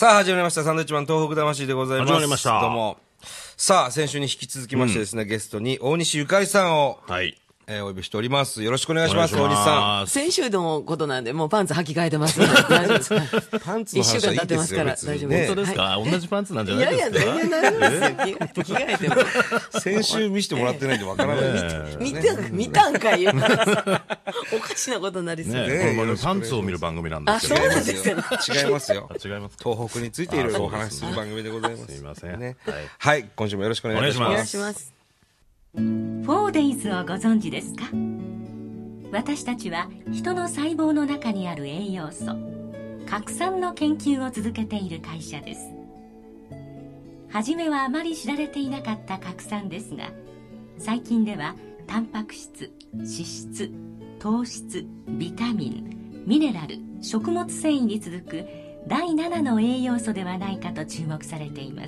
さあ始まりましたサンドウィッチマン東北魂でございます。 始まりました。 どうも。さあ先週に引き続きましてですね、ゲストに大西ゆかりさんを、 はい、 お呼びしております。よろしくお願いします。大西さん。 先週のことなんでもうパンツ履き替えてますので大丈夫ですか。 パンツの話はいいですよ。 1週間経ってますから大丈夫です。本当ですか、同じパンツなんじゃないですか。 いやいや全然大丈夫ですよ。着替えても先週見せてもらってないんでわからないです見たんか言うおかしなことになりそうね。これパンツを見る番組なんですけど。 そうなんですよ。 違いますよ。 違います。 東北についていろいろお話しする番組でございます。 すいませんね。 はい、今週もよろしくお願いします。 お願いします。 4days をご存知ですか。私たちは人の細胞の中にある栄養素核酸の研究を続けている会社です。初めはあまり知られていなかった核酸ですが、最近ではタンパク質、脂質、糖質、ビタミン、ミネラル、食物繊維に続く第7の栄養素ではないかと注目されています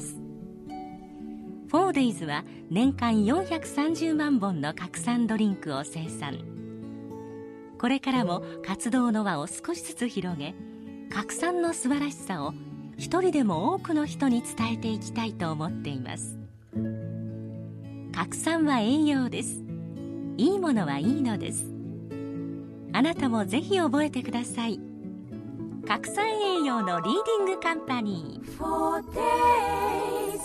。4days は年間430万本の核酸ドリンクを生産。これからも活動の輪を少しずつ広げ、核酸の素晴らしさを一人でも多くの人に伝えていきたいと思っています。核酸は栄養です。いいものはいいのです。あなたもぜひ覚えてください。核酸栄養のリーディングカンパニー 4days。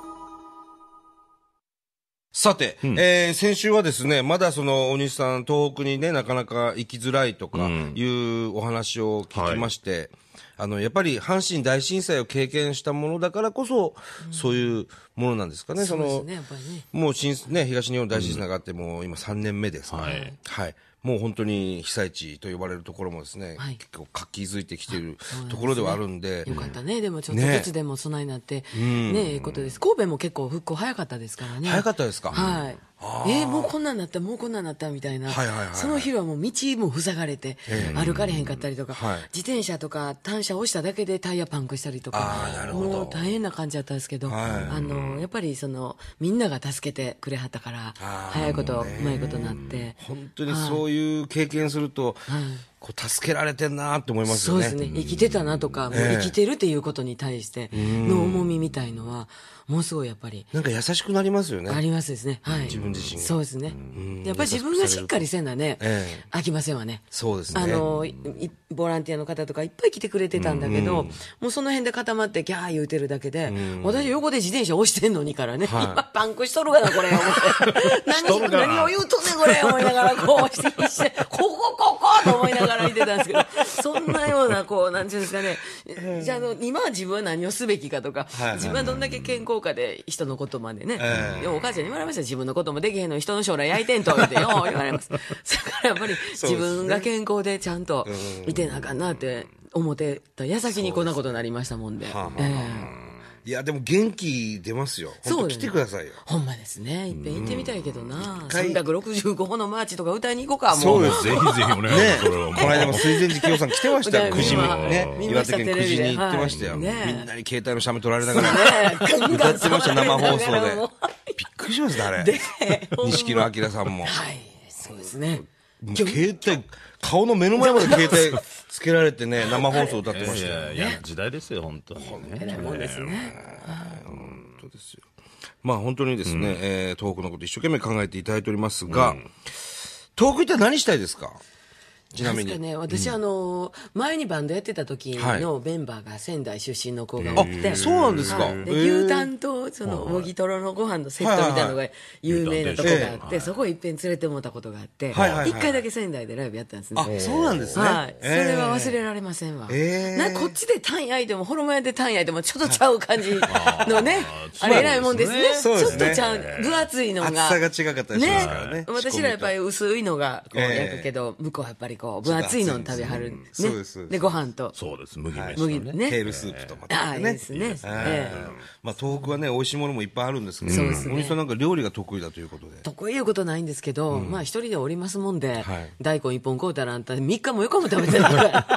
さて、先週はですね、まだその大西さん東北にねなかなか行きづらいとかいうお話を聞きまして、やっぱり阪神大震災を経験したものだからこそ、そういうものなんですかね。 そうですね、やっぱりね。 もう東日本大震災があってもう今3年目ですから、はい。もう本当に被災地と呼ばれるところもですね、結構活気づいてきているところではあるんで、 よかったね。でもちょっとずつでも備えになってね、いいことです。神戸も結構復興早かったですからね。 早かったですか。 はい。もうこんなんなったもうこんなんなったみたいな、その日はもう道も塞がれて歩かれへんかったりとか、自転車とか単車押しただけでタイヤパンクしたりとか、もう大変な感じだったんですけど、やっぱりみんなが助けてくれはったから早いことうまいことなって、 本当にそういう経験すると、こう助けられてんなって思いますよね。 そうですね。生きてたなとか、もう生きてるっていうことに対しての重みみたいのはもうすごいやっぱりなんか優しくなりますよね。 ありますですね。はい。 自分自身が。 そうですね。やっぱり自分がしっかりせんだね。飽きませんわね。 そうですね。 ボランティアの方とかいっぱい来てくれてたんだけど、もうその辺で固まってギャー言うてるだけで、私横で自転車押してんのにからね、今パンクしとるがなこれ思って何を言うとんねんこれ思いながらこう押してここと思いながら見てたんですけど、そんなようなこうなんていうんですかね、じゃあ今は自分は何をすべきかとか、自分はどんだけ健康かで人のことまでね、でもお母ちゃんに言われました。自分のこともできへんのに人の将来焼いてんとってよう言われます。だからやっぱり自分が健康でちゃんといてなあかんなって思ってた矢先にこんなことになりましたもんで。 いやでも元気出ますよ。本当来てくださいよ。 ほんまですね。いっぺん行ってみたいけどな。365歩のマーチとか歌いに行こうか。もうそうです。ぜひぜひお願いします。 この間も水前寺清さん来てましたよ。久慈ね、岩手県久慈に行ってましたよ。みんなに携帯の写メ撮られながら歌ってました生放送で。びっくりしましたあれ。錦野旦さんも。 はい、そうですね。 携帯顔の目の前まで携帯つけられてね、生放送歌ってましたよ。 いや時代ですよ本当に。 偉いもんですね。 本当ですよ。まあ本当にですね、東北のこと一生懸命考えていただいておりますが、東北行ったら何したいですか。ちなみにね、私前にバンドやってた時のメンバーが仙台出身の子がおって、 そうなんですか。 牛タンとそのもぎとろのご飯のセットみたいなのが有名なとこがあって、そこいっぺん連れてもらったことがあって、一回だけ仙台でライブやったんですね。 あ、そうなんですね。 はい、それは忘れられませんわ。なんかこっちでタン焼いてもホルモン屋でタン焼いてもちょっとちゃう感じのね、あれ偉いもんですね。ちょっとちゃう分厚いのが厚さが違かったりしますからね。 私らやっぱり薄いのがこう焼くけど、向こうはやっぱりこう分厚いの食べはるね。でご飯とそうです。麦ね。 ケールスープとまたね。 いいですね。 まあ東北はね美味しいものもいっぱいあるんですけど、大西さんなんか料理が得意だということで。 得意いうことないんですけど、まあ一人でおりますもんで、大根一本買うたらあんた3日も4日も食べてるから。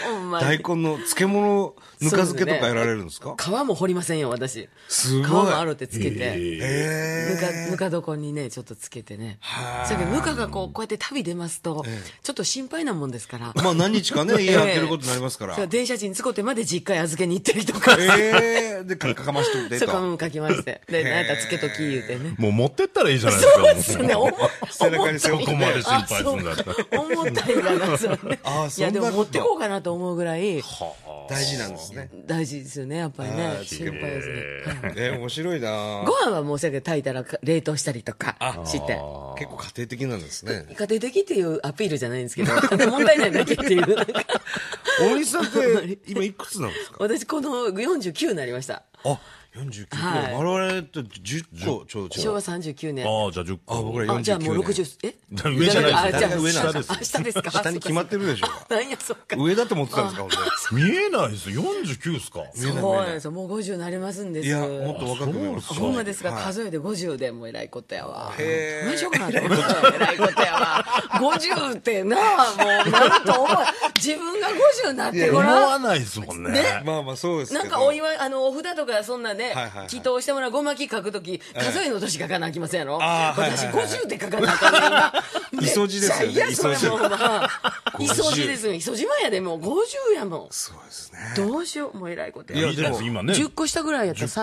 ほんまに大根の漬物、ぬか漬けとかやられるんですか？ 皮も掘りませんよ、私。 すごい。 皮もあるってつけて。ぬか床にね、ちょっとつけてね。だけど、ぬかがこうやって旅出ますと、ちょっと心配なもんですから。 まあ何日かね、家開けることになりますから。 電車賃使ってまで実家へ預けに行ったりとか。 で、かましといてと。 そうかきまして。で、なんかつけとき言うてね。 もう持ってったらいいじゃないですか。 そうですね、 背中に背負って。 ここまで心配するんだったら。 重たいがな、そうね。いや、でも持ってこうかなと思うぐらい。 大事なんですね。 大事ですよね、やっぱりね。心配ですね。 面白いな。 ご飯はもう炊いたら冷凍したりとかして。 結構家庭的なんですね。 家庭的っていうアピールじゃないんですけど、問題ないだけっていう。 大西さんって今いくつなんですか？ 私この49になりました。 あ、49個。我々と10個ちょうど違う。 昭和39年。 ああ、じゃあ10個。 僕ら49年。 じゃあもう60、 上じゃないです。 じゃあ上なんです。 下ですか？ 下に決まってるでしょ。 なんや、そっか。 上だと思ってたんですか、 見えないです。49ですか？ そうなんですよ。もう50になりますんです。 いや、もっと若く見えます。 ほんまですが、数えで50でもう偉いことやわ。 へー。 何しようかなと思って偉いことやわ。50ってなあ、もうなると思う。自分が50になってご思らん。 わないですもんね。 まあまあそうですけど。 なんかお祝い、お札とかそんなね、祈祷してもらうごまき書くとき、数えの年書かなあきませんやろ。私50で書かなあかんねん。 磯路ですよね。 いや、それもうまあ、磯路ですよ。磯路前やでもう50やもん。 そうですね。 どうしよう、もう偉いことや。 いいじゃないですか、今ね。 10個下ぐらいやったら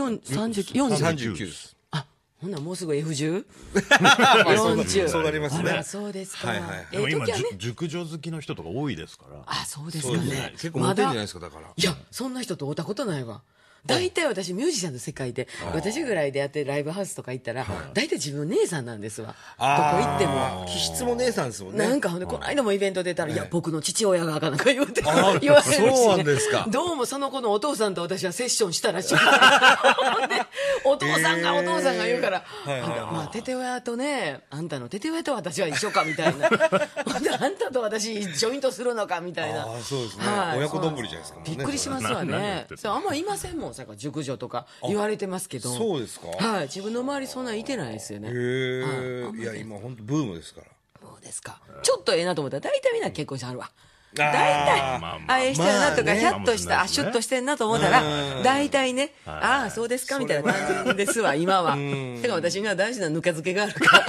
39です。 あ、ほんならもうすぐ F10？ そうなりますね。 そうですか。 でも今、熟女好きの人とか多いですから。 あ、そうですかね。 結構モテるんじゃないですか、だから。 いや、そんな人と会ったことないわ。大体私ミュージシャンの世界で私ぐらいでやってライブハウスとか行ったら大体自分姉さんなんですわ。どこ行っても気質も姉さんですもんね。 なんかほんでこの間もイベント出たらいや僕の父親がなんか言われるし、 そうなんですか。 どうもその子のお父さんと私はセッションしたらしい。お父さんが言うからまあテテ親とね、あんたのテテ親と私は一緒かみたいな。あんたと私ジョイントするのかみたいな。 そうですね。親子丼じゃないですか。 びっくりしますわね。あんまいませんもん。熟女とか言われてますけど。 そうですか。 はい、自分の周りそんなんいてないですよね。 へえ。いや今本当ブームですから。 そうですか。ちょっとええなと思ったら大体みんな結婚してはるわ。大体ええ人やなとかヒャッとしたシュッとしてんなと思ったら大体ね、ああそうですかみたいな感じですわ今は。だから私には大事なぬか漬けがあるから。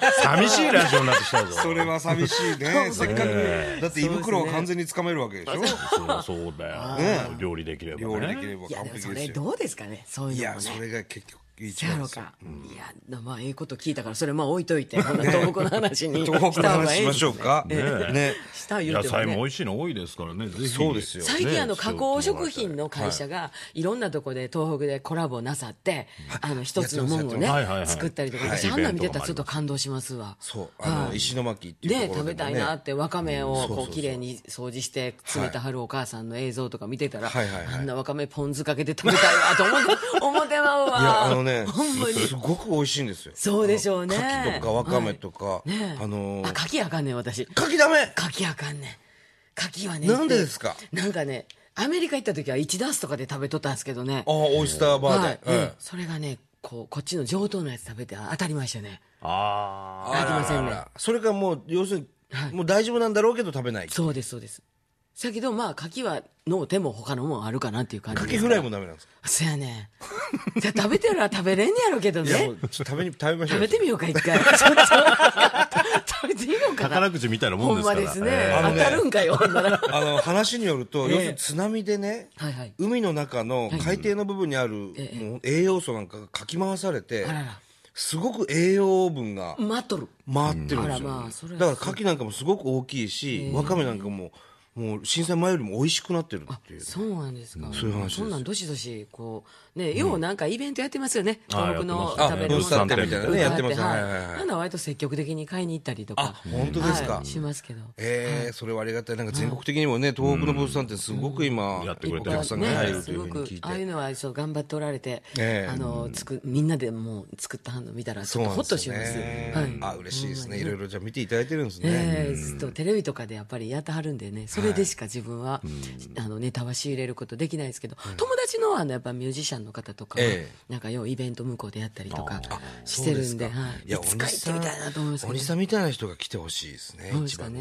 寂しいラジオになってきたぞ。 それは寂しいね。せっかくだって胃袋を完全につかめるわけでしょ。 そうだよ。料理できれば。 料理できればいやでも完璧ですよ。 それどうですかね。そういうのもね。 いやそれが結局一や番ですよ。 ろうか。いやまあええこと聞いたからそれまあ置いといて東北の話に東北の話しましょうか。ね。 野菜も美味しいの多いですからね。 そうですよ。 最近加工食品の会社がいろんなとこで東北でコラボなさって一つのものをね作ったりとか、私あんなん見てたらちょっと感動しますわ。 そう石巻っていうところで食べたいなってわかめをこう綺麗に掃除して詰めたはるお母さんの映像とか見てたらあんなわかめポン酢かけて食べたいわと思ってまうわ。 いやすごく美味しいんですよ。 そうでしょうね。 牡蠣とかわかめとか牡蠣あかんねん私。 牡蠣ダメ。 牡蠣あかんねん。牡蠣はね。 なんでですか。 なんかねアメリカ行った時は1ダースとかで食べとったんですけどね。 オイスターバーで。 それがねこっちの上等なやつ食べて当たりましたね。 ありませんね。 それがもう要するにもう大丈夫なんだろうけど食べない。 そうですそうです。だけどまあ牡蠣はの手も他のもんあるかなっていう感じです。 牡蠣フライもダメなんですか。 そうやね。じゃ食べてるは食べれんねやろうけどね。 いやもうちょっと食べましょう。 食べてみようか一回。食べてみようかな。 宝くじみたいなもんですから。 ほんまですね。当たるんかよ。 話によると要するに津波でね、海の中の海底の部分にあるもう栄養素なんかがかき回されて。すごく栄養分が回ってるんですよ。だから牡蠣なんかもすごく大きいし、わかめなんかも震災前よりも美味しくなってるっていう。 そうなんですか。 そういう話です。 そんなんどしどしこうね、ようなんかイベントやってますよね。東北の食べるものみたいなねやってます。 なんだ割と積極的に買いに行ったりとか。 本当ですか。 しますけど。 それはありがたい。なんか全国的にもね東北の物産ってすごく今お客さんが入るというふうに聞いて。 ああいうのは頑張っておられてみんなでもう作ったの見たらちょっとホッとします。 嬉しいですね。いろいろじゃ見ていただいてるんですね。 ずっとテレビとかでやっぱりやってはるんでね。それでしか自分はネタは仕入れることできないですけど、友達のやっぱミュージシャンの方とかはなんかようイベント向こうでやったりとかしてるんで、いつか行ってみたいなと思いますけど。 おじさんみたいな人が来てほしいですね。一番ね。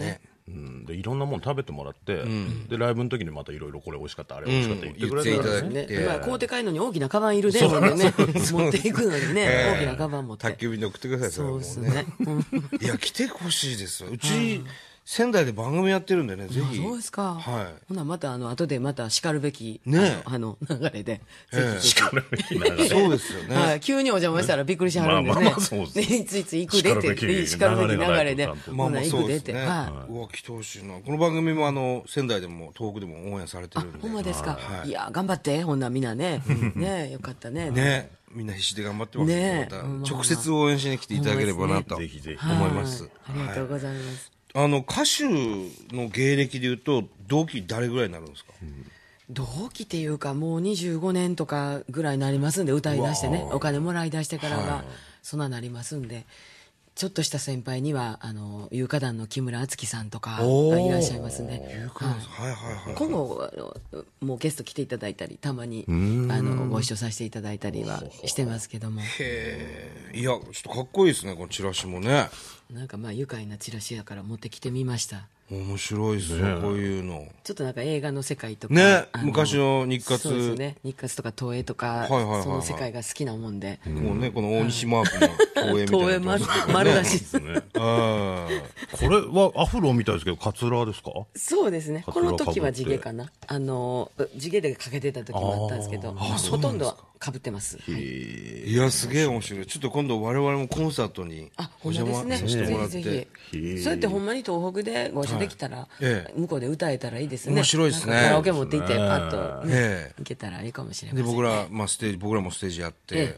でいろんなもの食べてもらって、でライブの時にまたいろいろこれ美味しかったあれ美味しかった言ってくれたら、 言っていただいて今買うて帰るのに大きなカバンいるで、ほんでね、持っていくのにね、大きなカバン持って。 宅急便で送ってください、それはもうそうですね。 いや、来てほしいですよ。うち、仙台で番組やってるんでね、ぜひ。 そうですか。 はい。 ほな、また、後でまた叱るべき、 ね流れで。 叱るべき流れ。そうですよね。 はい。急にお邪魔したらびっくりしはるんでね。 そうですね、いついつ行くでって、叱るべき流れで。ほな、行くでって。 はい。うわ、来てほしいな。この番組も仙台でも東北でも応援されてるんで。 ほんまですか。いや、頑張って、ほんなみんなね。ね、よかったね。 ね。みんな必死で頑張ってますね。また直接応援しに来ていただければなと思います。 ありがとうございます。 歌手の芸歴でいうと同期誰ぐらいになるんですか？ 同期っていうかもう25年とかぐらいになりますんで、歌い出してね、お金もらい出してからはそんななりますんで、ちょっとした先輩には有価団の木村敦樹さんとかいらっしゃいますね。今後もうゲスト来ていただいたり、たまにご一緒させていただいたりはしてますけども。 いや、ちょっとかっこいいですね、このチラシもね。 なんか愉快なチラシやから持ってきてみました。 面白いですよ、こういうの。 ちょっとなんか映画の世界とかね、昔の日活、 そうですね、日活とか東映とか、その世界が好きなもんで、 もうね、この大西マークの東映みたいな、 東映丸らしいですね。 これはアフロみたいですけど、カツラですか？ そうですね。この時は地毛かな。地毛でかけてた時もあったんですけど、ほとんどかぶってます。 いや、すげえ面白い。ちょっと今度我々もコンサートにお邪魔させてもらって。 ぜひ。そうやってほんまに東北でご一緒できたら、向こうで歌えたらいいですね。 面白いですね。 カラオケ持って行って、パッと行けたらいいかもしれません。 で、僕らもステージやって、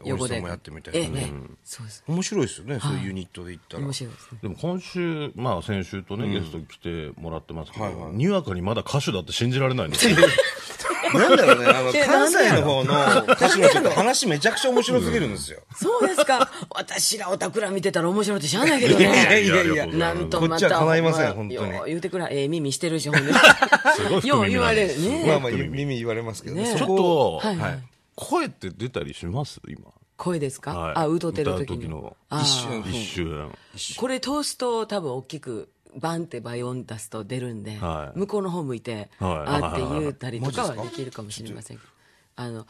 大西さんもやってみたいなね。 そうです。 面白いですよね、そういうユニットで行ったら。 面白いですね。 でも今週、先週とね、ゲスト来てもらってますけど、にわかにまだ歌手だって信じられないんですよ。 なんだろうね、関西の方の歌手の人って話めちゃくちゃ面白すぎるんですよ。 そうですか。私らオタクら見てたら面白いって知らないけどね。 いや、 なんとまた。 こっちは叶いません、本当に。 言うてくら、耳してるし、ほんで。よう言われるね。 耳言われますけどね。ちょっと、声って出たりします今。 声ですか？歌ってる時の。 一瞬。 これ通すと多分大きく、バンって倍音出すと出るんで、向こうの方向いて、あって言うたりとかはできるかもしれませんけど。は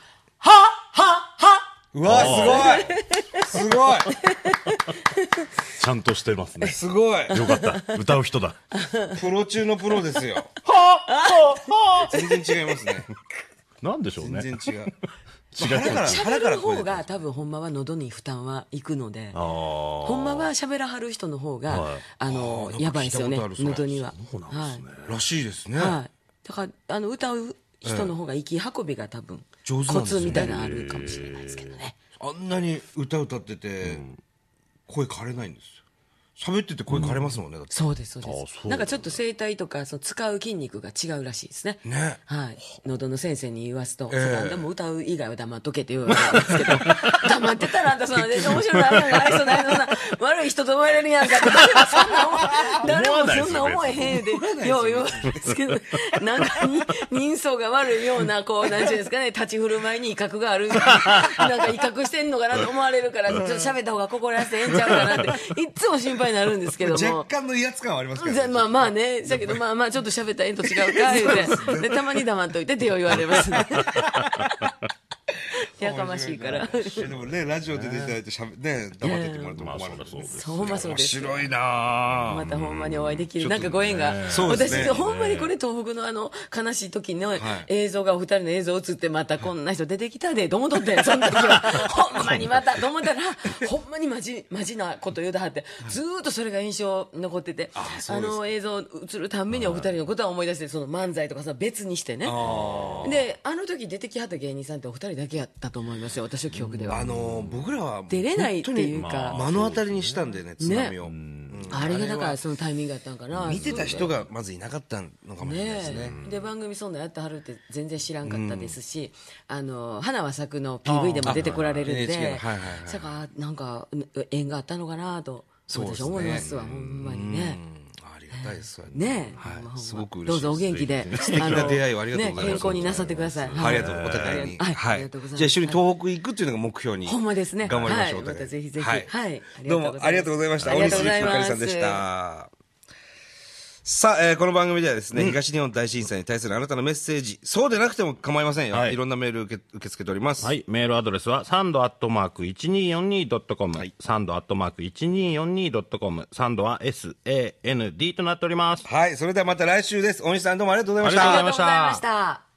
うわ、すごいちゃんとしてますね。 すごいよかった。歌う人だ。 プロ中のプロですよ。全然違いますね。 なんでしょうね。 全然違う。 喋る方が多分ほんまは喉に負担はいくので、ほんまは喋らはる人の方がやばいですよね、喉には。 らしいですね。 だから歌う人の方が息運びが多分コツみたいなのあるかもしれないですけどね。 あんなに歌ってて声枯れないんですよ。喋ってて声枯れますもんね。 そうです、そうです。なんかちょっと声帯とか使う筋肉が違うらしいですね。はい。喉の先生に言わすと、でも歌う以外は黙っとけって言われるんですけど、黙ってたらあんたそんな面白いな、愛想ないのな、悪い人と思われるやんかって、誰もそんな思えへんで、よう言われるんですけど、なんか人相が悪いような、こう、なんていうんですかね、立ち振る舞いに威嚇がある。なんか威嚇してんのかなと思われるから、ちょっと喋った方が心安いんちゃうかなって、いつも心配になるんですけども。 若干の威圧感はありますけどね。まあね、だけどちょっと喋ったらえんと違うか、言うて。で、たまに黙っといてって言われますね。やかましいから。 でもね、ラジオで出ていただいてね、黙っててもらっても困る。 ほんまそうです。 面白いなまたほんまにお会いできる。なんかご縁が。私、ほんまにこれ東北の悲しい時の映像がお二人の映像映って、またこんな人出てきたで、と思っとって、その時は。ほんまにまた、と思ったら、ほんまにマジなこと言うたはって、ずーっとそれが印象残ってて、映像映るたんびにお二人のことは思い出して、その漫才とかさ、別にしてね。で、時出てきはった芸人さんってお二人だけやったと思いますよ、私の記憶では。 僕らは出れないっていうか、 目の当たりにしたんでね、津波を。 あれがだからそのタイミングやったんかな。 見てた人がまずいなかったのかもしれないですね。 で、番組そんなやってはるって全然知らんかったですし、花は咲くの PV でも出てこられるんで、だからなんか縁があったのかなと私は思いますわ、ほんまにね。 ありがたいですね。 すごく嬉しい。 どうぞお元気で。 素敵な出会いをありがとうございます。 健康になさってください。 ありがとう、お互いに。 ありがとうございます。 じゃあ一緒に東北行くっていうのが目標に。 ほんまですね。 頑張りましょう。 またぜひぜひ。はい。 どうもありがとうございました。 ありがとうございます。 大西ゆかりさんでした。 さあ、この番組ではですね、東日本大震災に対するあなたのメッセージ、そうでなくても構いませんよ。いろんなメール受け付けております。 はい、メールアドレスはサンドアットマーク 1242.com、サンドアットマーク 1242.com、サンドは SAND となっております。 はい、それではまた来週です。大西さんどうもありがとうございました。 ありがとうございました。